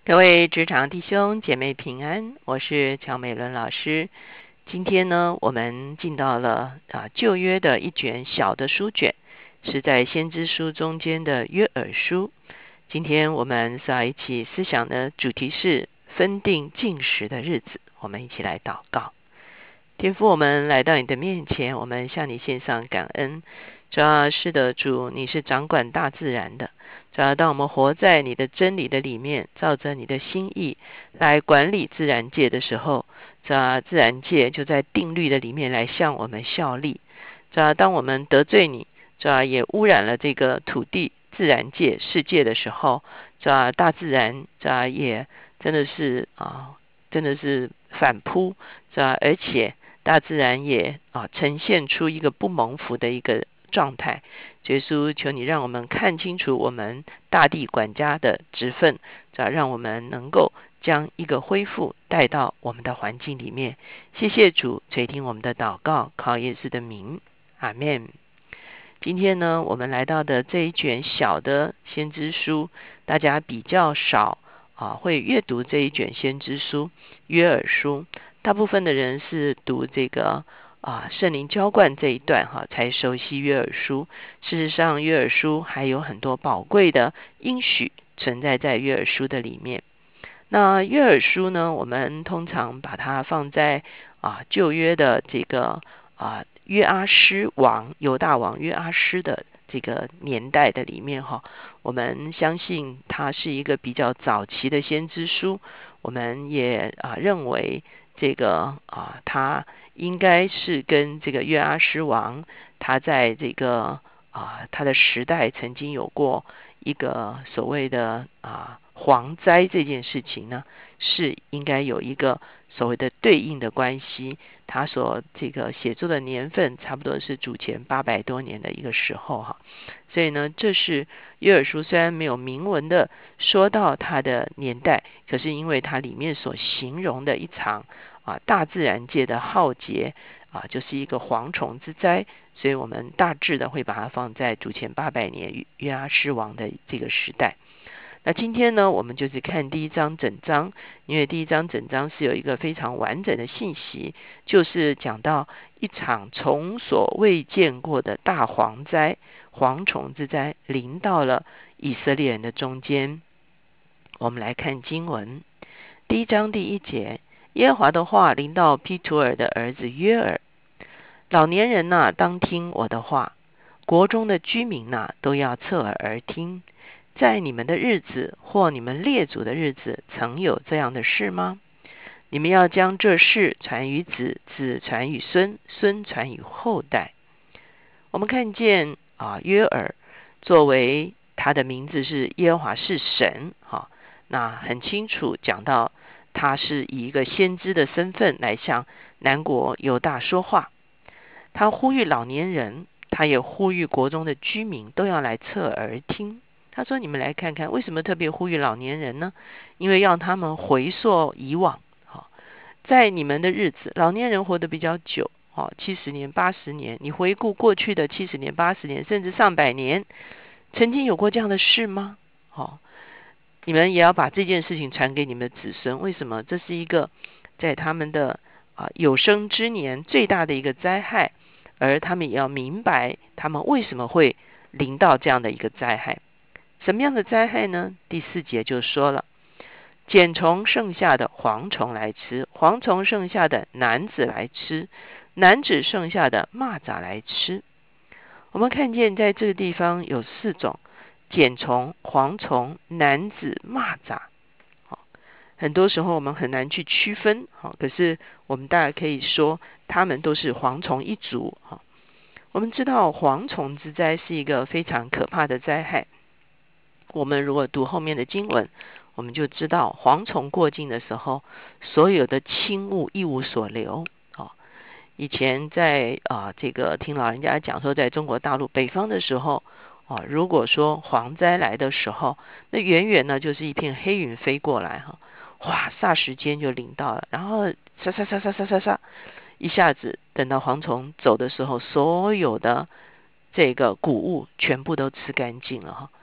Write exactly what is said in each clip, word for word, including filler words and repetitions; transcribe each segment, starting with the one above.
各位职场弟兄姐妹平安，我是乔美伦老师。今天呢，我们进到了啊旧约的一卷小的书卷，是在先知书中间的约珥书。今天我们是要一起思想的主题是分定禁食的日子，我们一起来祷告。天父，我们来到你的面前，我们向你献上感恩。主要是的，主，你是掌管大自然的。主要当我们活在你的真理的里面，照着你的心意来管理自然界的时候，主要自然界就在定律的里面来向我们效力。主要当我们得罪你，主要也污染了这个土地、自然界、世界的时候，主要大自然主要也真的是啊，真的是反扑，主要而且大自然也啊呈现出一个不蒙福的一个状态。耶稣，求你让我们看清楚我们大地管家的职分，让我们能够将一个恢复带到我们的环境里面。谢谢主垂听我们的祷告，靠耶稣的名，阿们。今天呢，我们来到的这一卷小的先知书，大家比较少啊会阅读这一卷先知书约珥书，大部分的人是读这个啊，圣灵浇灌这一段哈，才熟悉约珥书。事实上，约珥书还有很多宝贵的应许存在在约珥书的里面。那约珥书呢，我们通常把它放在啊旧约的这个啊约阿施王犹大王约阿施的这个年代的里面哈，我们相信它是一个比较早期的先知书。我们也啊认为这个啊它应该是跟这个约阿施王他在这个啊他的时代曾经有过一个所谓的啊蝗灾这件事情呢，是应该有一个所谓的对应的关系。他所这个写作的年份差不多是主前八百多年的一个时候哈，所以呢，这是约珥书虽然没有明文的说到它的年代，可是因为它里面所形容的一场啊大自然界的浩劫啊，就是一个蝗虫之灾，所以我们大致的会把它放在主前八百年约阿施王的这个时代。那今天呢，我们就是看第一章整章，因为第一章整章是有一个非常完整的信息，就是讲到一场从所未见过的大蝗灾、蝗虫之灾临到了以色列人的中间。我们来看经文，第一章第一节，耶和华的话临到毗土尔的儿子约珥，老年人呐、啊，当听我的话，国中的居民呐、啊，都要侧耳而听。在你们的日子或你们列祖的日子，曾有这样的事吗？你们要将这事传于子，子传于孙，孙传于后代。我们看见啊，约珥作为他的名字是耶和华是神，哈，那很清楚讲到他是以一个先知的身份来向南国犹大说话。他呼吁老年人，他也呼吁国中的居民都要来侧耳听。他说：“你们来看看，为什么特别呼吁老年人呢？因为让他们回溯以往。好，在你们的日子，老年人活得比较久，好，七十年、八十年。你回顾过去的七十年、八十年，甚至上百年，曾经有过这样的事吗？好，你们也要把这件事情传给你们的子孙。为什么？这是一个在他们的啊有生之年最大的一个灾害，而他们也要明白他们为什么会临到这样的一个灾害。”什么样的灾害呢？第四节就说了，茧虫剩下的蝗虫来吃，蝗虫剩下的男子来吃，男子剩下的蚂蚱来吃。我们看见在这个地方有四种：茧虫、蝗虫、男子、蚂蚱。很多时候我们很难去区分，可是我们大概可以说他们都是蝗虫一族。我们知道蝗虫之灾是一个非常可怕的灾害。我们如果读后面的经文，我们就知道蝗虫过境的时候，所有的轻物一无所留。哦，以前在啊、呃、这个听老人家讲说，在中国大陆北方的时候，哦，如果说蝗灾来的时候，那远远呢就是一片黑云飞过来哈，哇，霎时间就临到了，然后沙沙沙沙沙沙沙，一下子等到蝗虫走的时候，所有的这个谷物全部都吃干净了哈。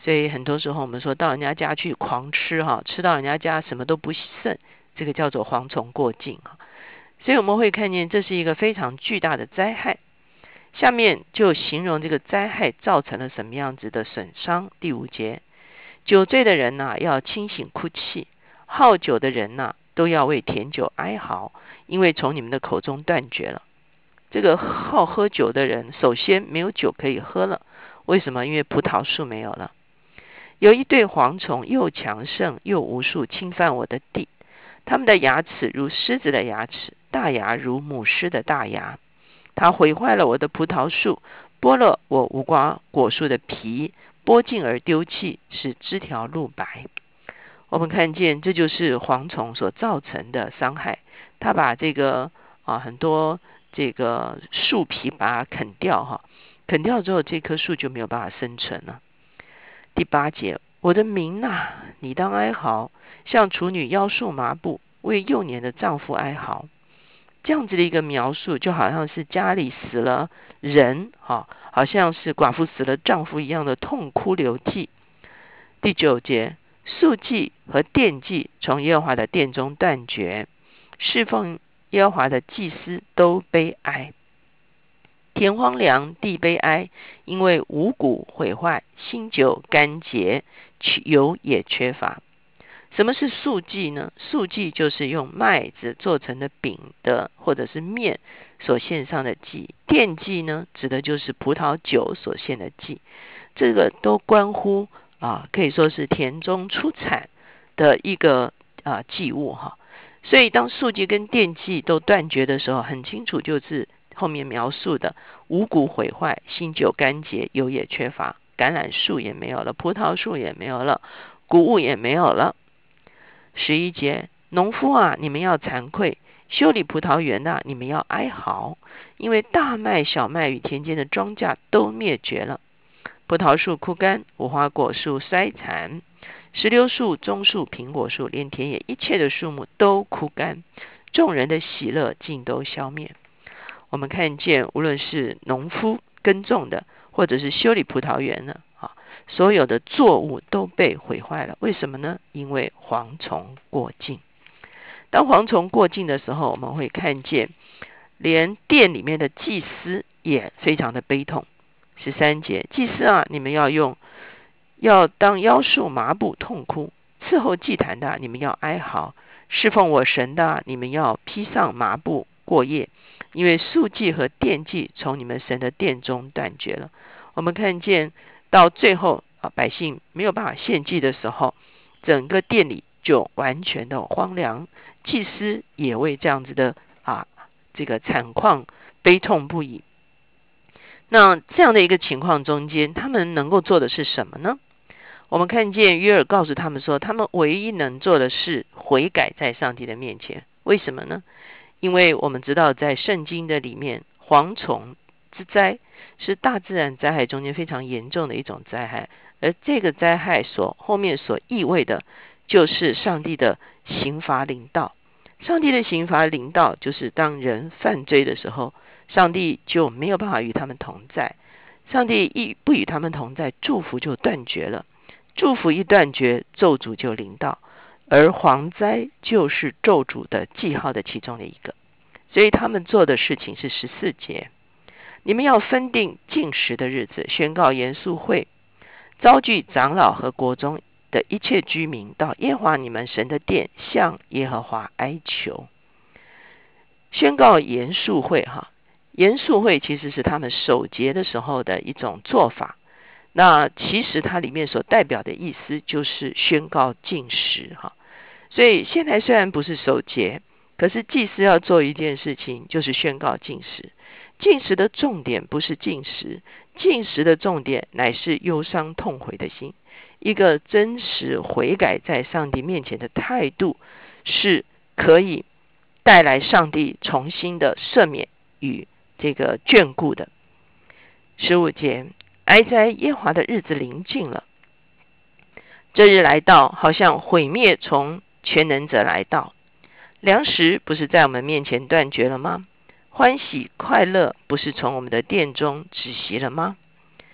所以很多时候我们说到人家家去狂吃哈，吃到人家家什么都不剩，这个叫做蝗虫过境哈。所以我们会看见这是一个非常巨大的灾害。下面就形容这个灾害造成了什么样子的损伤。第五节，酒醉的人呐、啊、要清醒哭泣，好酒的人呐、啊、都要为甜酒哀嚎，因为从你们的口中断绝了。这个好喝酒的人首先没有酒可以喝了，为什么？因为葡萄树没有了。有一对蝗虫又强盛又无数，侵犯我的地，他们的牙齿如狮子的牙齿，大牙如母狮的大牙。它毁坏了我的葡萄树，剥了我无花果树的皮，剥尽而丢弃，使枝条露白。我们看见这就是蝗虫所造成的伤害，它把这个啊很多这个树皮把它啃掉哈，啃掉之后这棵树就没有办法生存了。第八节，我的民啊，你当哀嚎，像处女腰束麻布，为幼年的丈夫哀嚎。这样子的一个描述，就好像是家里死了人哈，好像是寡妇死了丈夫一样的痛哭流涕。第九节，素祭和奠祭从耶和华的殿中断绝，侍奉耶和华的祭司都悲哀。田荒凉，地悲哀，因为五谷毁坏，新酒干结，油也缺乏。什么是素祭呢？素祭就是用麦子做成的饼的或者是面所献上的祭。奠祭呢，指的就是葡萄酒所献的祭。这个都关乎啊，可以说是田中出产的一个啊祭物哈。所以当素祭跟奠祭都断绝的时候，很清楚就是后面描述的五谷毁坏，新酒干结，油也缺乏，橄榄树也没有了，葡萄树也没有了，谷物也没有了。十一节，农夫啊，你们要惭愧；修理葡萄园啊，你们要哀嚎，因为大麦、小麦与田间的庄稼都灭绝了。葡萄树枯干，无花果树衰残，石榴树、棕树、苹果树，连田野一切的树木都枯干，众人的喜乐尽都消灭。我们看见，无论是农夫耕种的，或者是修理葡萄园的啊，所有的作物都被毁坏了。为什么呢？因为蝗虫过境。当蝗虫过境的时候，我们会看见连殿里面的祭司也非常的悲痛。十三节，祭司啊，你们要用要当腰束麻布痛哭，伺候祭坛的你们要哀嚎，侍奉我神的你们要披上麻布过夜，因为素祭和奠祭从你们神的殿中断绝了。我们看见到最后啊，百姓没有办法献祭的时候，整个殿里就完全的荒凉，祭司也为这样子的啊这个惨况悲痛不已。那这样的一个情况中间，他们能够做的是什么呢？我们看见约珥告诉他们说，他们唯一能做的是悔改在上帝的面前。为什么呢？因为我们知道在圣经的里面，蝗虫之灾是大自然灾害中间非常严重的一种灾害，而这个灾害所后面所意味的就是上帝的刑罚临到。上帝的刑罚临到，就是当人犯罪的时候，上帝就没有办法与他们同在。上帝一不与他们同在，祝福就断绝了。祝福一断绝，咒诅就临到。而蝗灾就是咒诅的记号的其中的一个。所以他们做的事情是十四节，你们要分定禁食的日子，宣告严肃会，召聚长老和国中的一切居民，到耶和华你们神的殿，向耶和华哀求。宣告严肃会哈，严肃会其实是他们守节的时候的一种做法。那其实它里面所代表的意思就是宣告禁食哈。所以现在虽然不是守节，可是祭司要做一件事情，就是宣告禁食。禁食的重点不是禁食，禁食的重点乃是忧伤痛悔的心。一个真实悔改在上帝面前的态度，是可以带来上帝重新的赦免与这个眷顾的。十五节，哀哉耶和华的日子临近了，这日来到，好像毁灭从全能者来到。粮食不是在我们面前断绝了吗？欢喜快乐不是从我们的殿中止息了吗？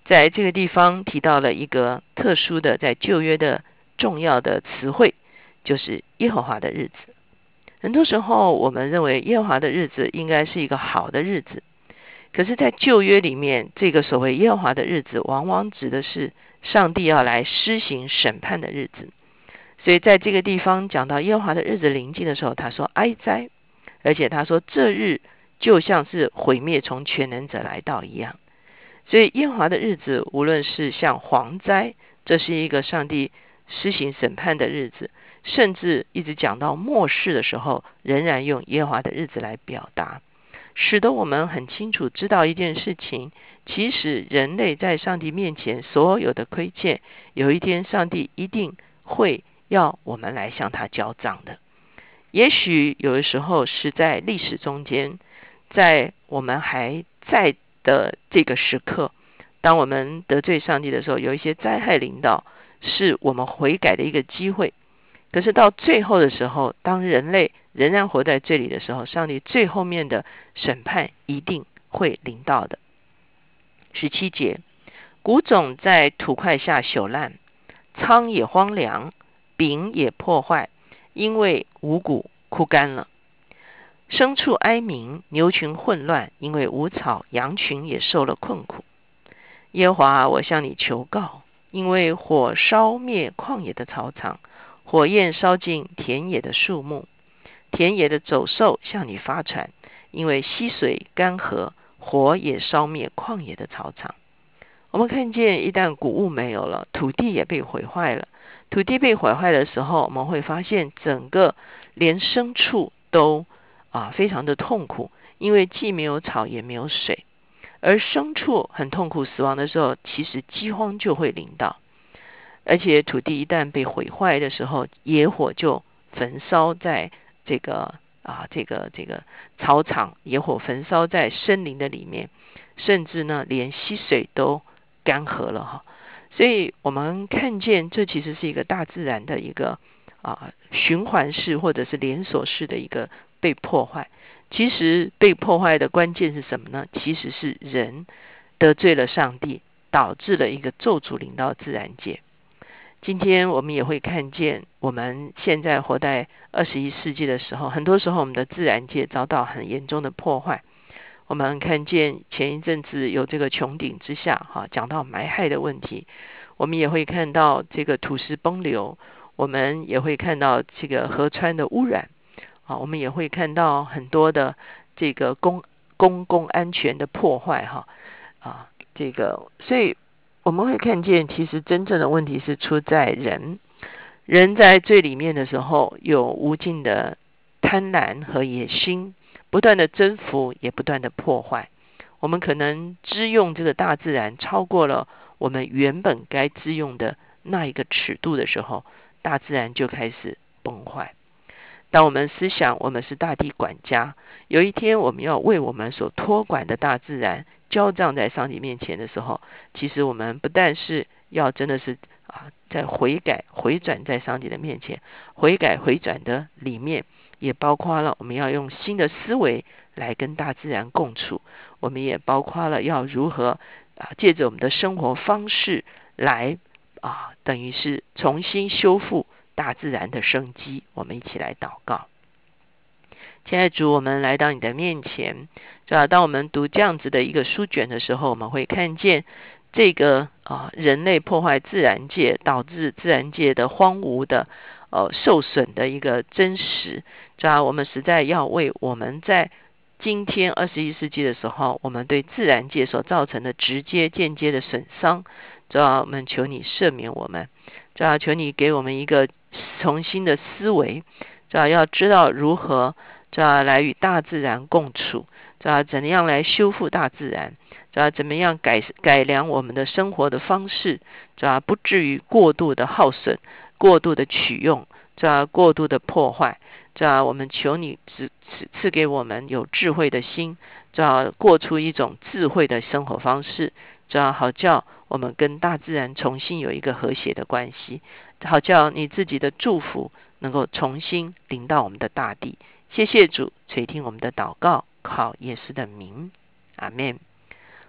在这个地方提到了一个特殊的在旧约的重要的词汇，就是耶和华的日子。很多时候我们认为耶和华的日子应该是一个好的日子，可是在旧约里面，这个所谓耶和华的日子往往指的是上帝要来施行审判的日子。所以在这个地方讲到耶和华的日子临近的时候，他说哀哉，而且他说这日就像是毁灭从全能者来到一样。所以耶和华的日子无论是像蝗灾，这是一个上帝施行审判的日子，甚至一直讲到末世的时候，仍然用耶和华的日子来表达，使得我们很清楚知道一件事情，其实人类在上帝面前所有的亏欠，有一天上帝一定会要我们来向他交账的。也许有的时候是在历史中间，在我们还在的这个时刻，当我们得罪上帝的时候，有一些灾害临到，是我们悔改的一个机会。可是到最后的时候，当人类仍然活在这里的时候，上帝最后面的审判一定会临到的。十七节，谷种在土块下朽烂，仓也荒凉，饼也破坏，因为五谷枯干了。牲畜哀鸣，牛群混乱，因为无草，羊群也受了困苦。耶和华，我向你求告，因为火烧灭旷野的草场，火焰烧尽田野的树木，田野的走兽向你发传，因为溪水干涸，火也烧灭旷野的草场。我们看见一旦谷物没有了，土地也被毁坏了。土地被毁坏的时候，我们会发现整个连牲畜都啊非常的痛苦，因为既没有草也没有水。而牲畜很痛苦死亡的时候，其实饥荒就会临到。而且土地一旦被毁坏的时候，野火就焚烧在这个啊这个这个草场，野火焚烧在森林的里面，甚至呢连溪水都干涸了哈。所以我们看见这其实是一个大自然的一个啊循环式或者是连锁式的一个被破坏。其实被破坏的关键是什么呢？其实是人得罪了上帝，导致了一个咒诅临到自然界。今天我们也会看见，我们现在活在二十一世纪的时候，很多时候我们的自然界遭到很严重的破坏。我们看见前一阵子有这个穹顶之下哈，讲到埋害的问题，我们也会看到这个土石崩流，我们也会看到这个河川的污染啊，我们也会看到很多的这个公公共安全的破坏哈啊，这个所以我们会看见，其实真正的问题是出在人，人在最里面的时候，有无尽的贪婪和野心，不断的征服，也不断的破坏。我们可能支用这个大自然超过了我们原本该支用的那一个尺度的时候，大自然就开始崩坏。当我们思想我们是大地管家，有一天我们要为我们所托管的大自然交账在上帝面前的时候，其实我们不但是要真的是啊，在悔改回转在上帝的面前，悔改回转的里面也包括了我们要用新的思维来跟大自然共处，我们也包括了要如何啊借着我们的生活方式来啊等于是重新修复大自然的生机。我们一起来祷告。亲爱的主，我们来到你的面前，是吧？当我们读这样子的一个书卷的时候，我们会看见这个啊人类破坏自然界，导致自然界的荒芜的呃受损的一个真实，是吧？我们实在要为我们在今天二十一世纪的时候，我们对自然界所造成的直接间接的损伤，主要我们求你赦免我们，主要求你给我们一个重新的思维，主要要知道如何主要来与大自然共处，主要怎样来修复大自然，主要怎么样改改良我们的生活的方式，主要不至于过度的耗损，过度的取用，主要过度的破坏。主要我们求你赐赐给我们有智慧的心，主要过出一种智慧的生活方式，主要好叫我们跟大自然重新有一个和谐的关系，好叫你自己的祝福能够重新临到我们的大地。谢谢主垂听我们的祷告，靠耶稣的名，阿们。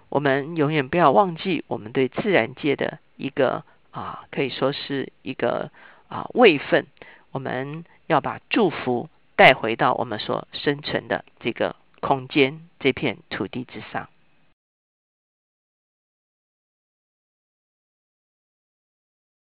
我们永远不要忘记我们对自然界的一个啊，可以说是一个啊位分，我们要把祝福带回到我们所生存的这个空间这片土地之上。